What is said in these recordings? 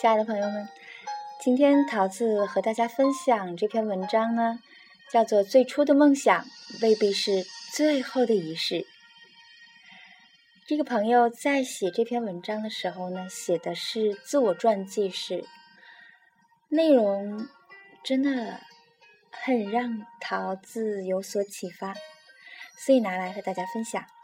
亲爱的朋友们，今天桃子和大家分享这篇文章呢，叫做最初的梦想未必是最后的仪式。这个朋友在写这篇文章的时候呢，写的是自我传记式，内容真的很让桃子有所启发，所以拿来和大家分享。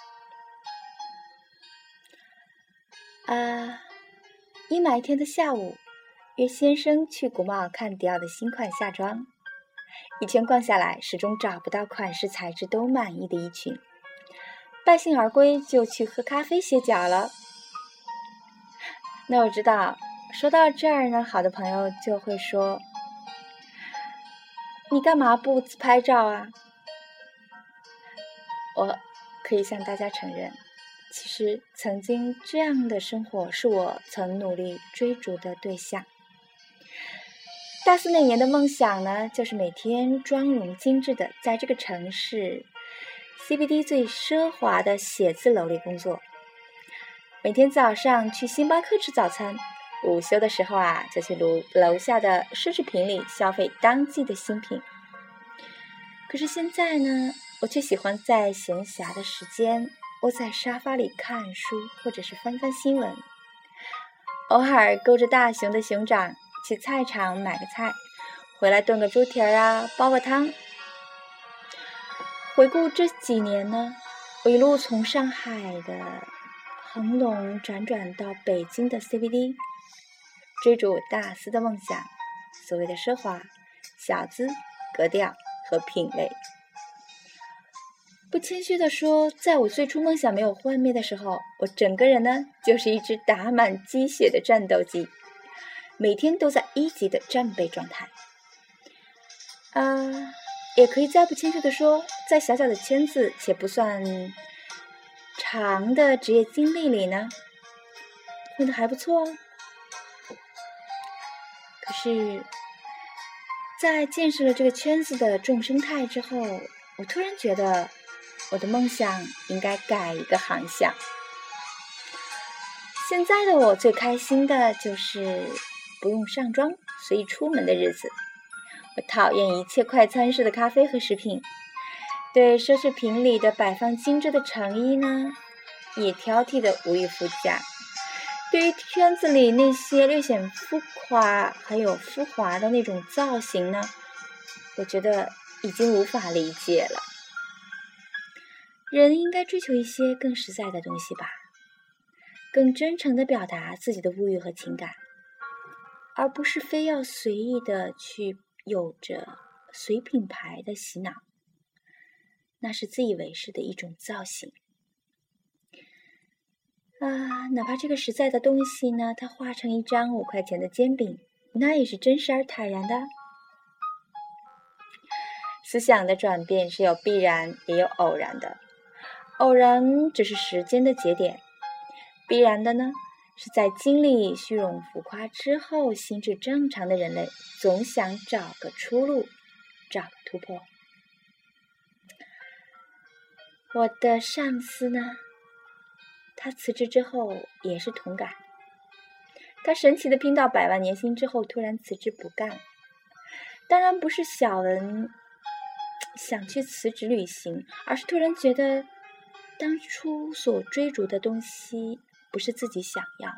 阴霾天的下午，约先生去古贸看迪奥的新款夏装，一圈逛下来，始终找不到款式材质都满意的衣裙，败兴而归，就去喝咖啡歇脚了。那我知道，说到这儿呢，好的朋友就会说，你干嘛不自拍照啊？我可以向大家承认，其实曾经这样的生活是我曾努力追逐的对象。大四那年的梦想呢，就是每天妆容精致的在这个城市 CBD 最奢华的写字楼里工作，每天早上去星巴克吃早餐，午休的时候就去楼下的奢侈品里消费当季的新品。可是现在呢，我却喜欢在闲暇的时间窝在沙发里看书，或者是翻翻新闻，偶尔勾着大熊的熊掌去菜场买个菜，回来炖个猪蹄煲个汤。回顾这几年呢，我一路从上海的恒隆辗转到北京的 CBD， 追逐大四的梦想，所谓的奢华、小资、格调和品味。不谦虚地说，在我最初梦想没有幻灭的时候，我整个人呢就是一只打满鸡血的战斗机，每天都在1级的战备状态。也可以再不谦虚地说，在小小的圈子且不算长的职业经历里呢，混得还不错哦。可是在见识了这个圈子的众生态之后，我突然觉得我的梦想应该改一个航向。现在的我最开心的就是不用上妆随意出门的日子。我讨厌一切快餐式的咖啡和食品，对奢侈品里的摆放精致的成衣呢，也挑剔的无以复加。对于圈子里那些略显浮夸还有浮华的那种造型呢，我觉得已经无法理解了。人应该追求一些更实在的东西吧，更真诚地表达自己的物欲和情感，而不是非要随意的去有着随品牌的洗脑，那是自以为是的一种造型。哪怕这个实在的东西呢，它画成一张5块钱的煎饼，那也是真实而坦然的。思想的转变是有必然也有偶然的，偶然只是时间的节点，必然的呢，是在经历虚荣浮夸之后，心智正常的人类总想找个出路，找个突破。我的上司呢，他辞职之后也是同感，他神奇的拼到100万年薪之后突然辞职不干，当然不是小人想去辞职旅行，而是突然觉得当初所追逐的东西不是自己想要的，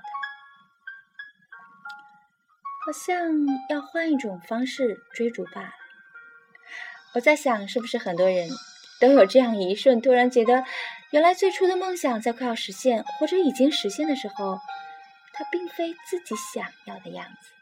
好像要换一种方式追逐罢了。我在想，是不是很多人都有这样一瞬，突然觉得原来最初的梦想在快要实现或者已经实现的时候，它并非自己想要的样子。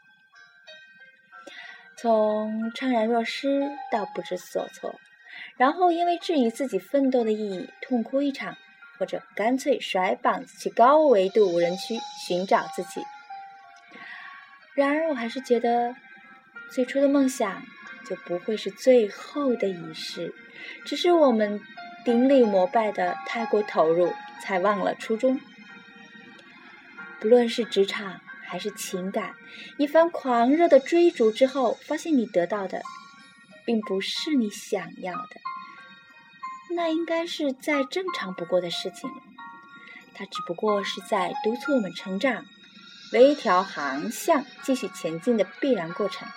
从怅然若失到不知所措，然后因为质疑自己奋斗的意义痛哭一场，或者干脆甩膀子去高维度无人区寻找自己。然而我还是觉得最初的梦想就不会是最后的仪式，只是我们顶礼膜拜的太过投入，才忘了初衷。不论是职场还是情感，一番狂热的追逐之后，发现你得到的并不是你想要的，那应该是再正常不过的事情了。它只不过是在督促我们成长， 微调航向继续前进的必然过程，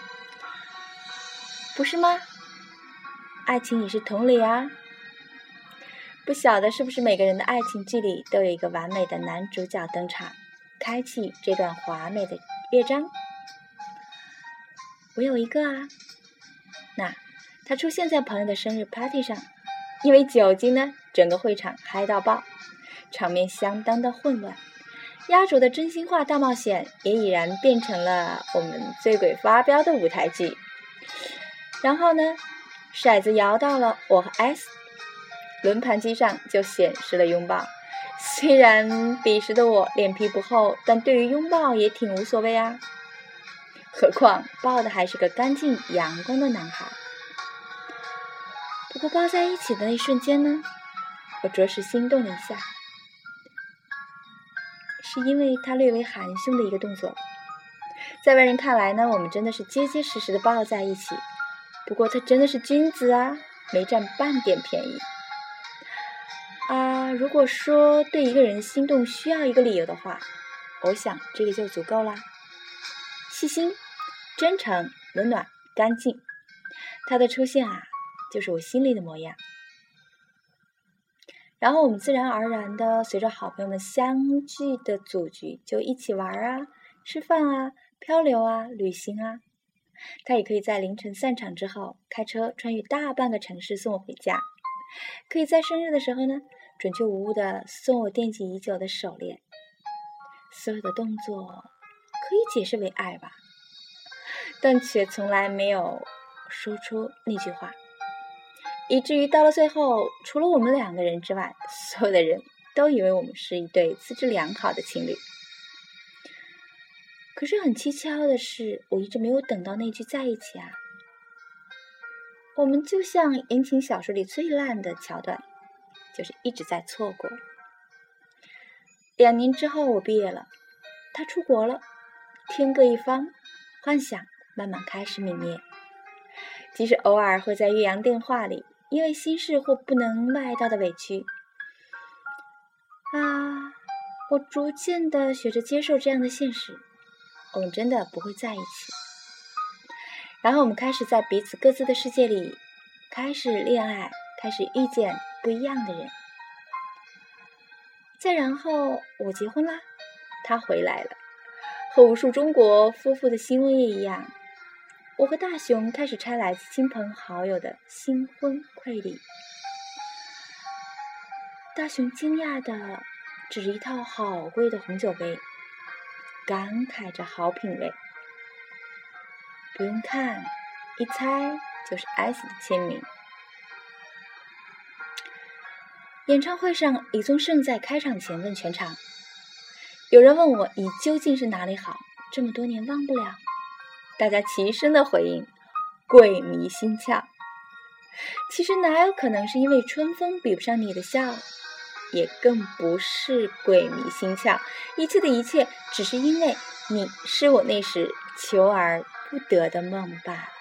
不是吗？爱情也是同理啊。不晓得是不是每个人的爱情剧里都有一个完美的男主角登场，开启这段华美的乐章。我有一个啊，那他出现在朋友的生日 party 上，因为酒精呢，整个会场嗨到爆，场面相当的混乱。压轴的真心话大冒险也已然变成了我们醉鬼发飙的舞台剧。然后呢，骰子摇到了我和 S， 轮盘机上就显示了拥抱。虽然彼时的我脸皮不厚，但对于拥抱也挺无所谓啊。何况抱的还是个干净阳光的男孩。不过抱在一起的那一瞬间呢，我着实心动了一下，是因为他略微含胸的一个动作。在外人看来呢，我们真的是结结实实的抱在一起。不过他真的是君子啊，没占半点便宜啊。如果说对一个人心动需要一个理由的话，我想这个就足够啦。细心、真诚、温暖、干净，他的出现啊，就是我心里的模样。然后我们自然而然的随着好朋友们相聚的组局，就一起玩啊、吃饭啊、漂流啊、旅行啊。他也可以在凌晨散场之后，开车穿越大半个城市送我回家；可以在生日的时候呢，准确无误的送我惦记已久的手链。所有的动作可以解释为爱吧，但却从来没有说出那句话，以至于到了最后，除了我们两个人之外，所有的人都以为我们是一对资质良好的情侣。可是很蹊跷的是，我一直没有等到那句在一起啊。我们就像言情小说里最烂的桥段，就是一直在错过。2年之后我毕业了，他出国了，天各一方，幻想慢慢开始泯灭。即使偶尔会在岳阳电话里，因为心事或不能外道的委屈啊，我逐渐的学着接受这样的现实，我们真的不会在一起。然后我们开始在彼此各自的世界里开始恋爱，开始遇见不一样的人。再然后我结婚啦，他回来了，和无数中国夫妇的新婚夜一样，我和大雄开始拆来自亲朋好友的新婚馈礼。大雄惊讶的指着一套好贵的红酒杯，感慨着好品味。不用看，一猜就是 S 的签名。演唱会上，李宗盛在开场前问全场，有人问我你究竟是哪里好，这么多年忘不了。大家齐声的回应，鬼迷心窍。其实哪有可能是因为春风比不上你的笑，也更不是鬼迷心窍，一切的一切只是因为你是我那时求而不得的梦罢了。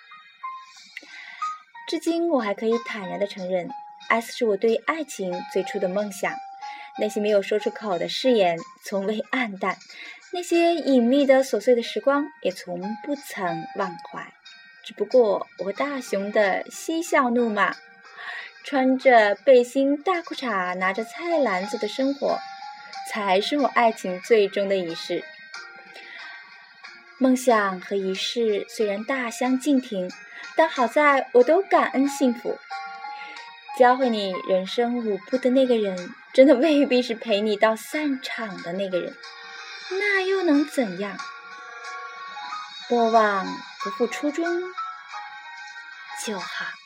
至今我还可以坦然地承认， S 是我对爱情最初的梦想。那些没有说出口的誓言从未黯淡，那些隐秘的琐碎的时光也从不曾忘怀。只不过我和大雄的嬉笑怒骂，穿着背心大裤衩拿着菜篮子的生活，才是我爱情最终的仪式。梦想和仪式虽然大相径庭，但好在我都感恩幸福。教会你人生舞步的那个人，真的未必是陪你到散场的那个人，那又能怎样？莫忘不负初衷就好。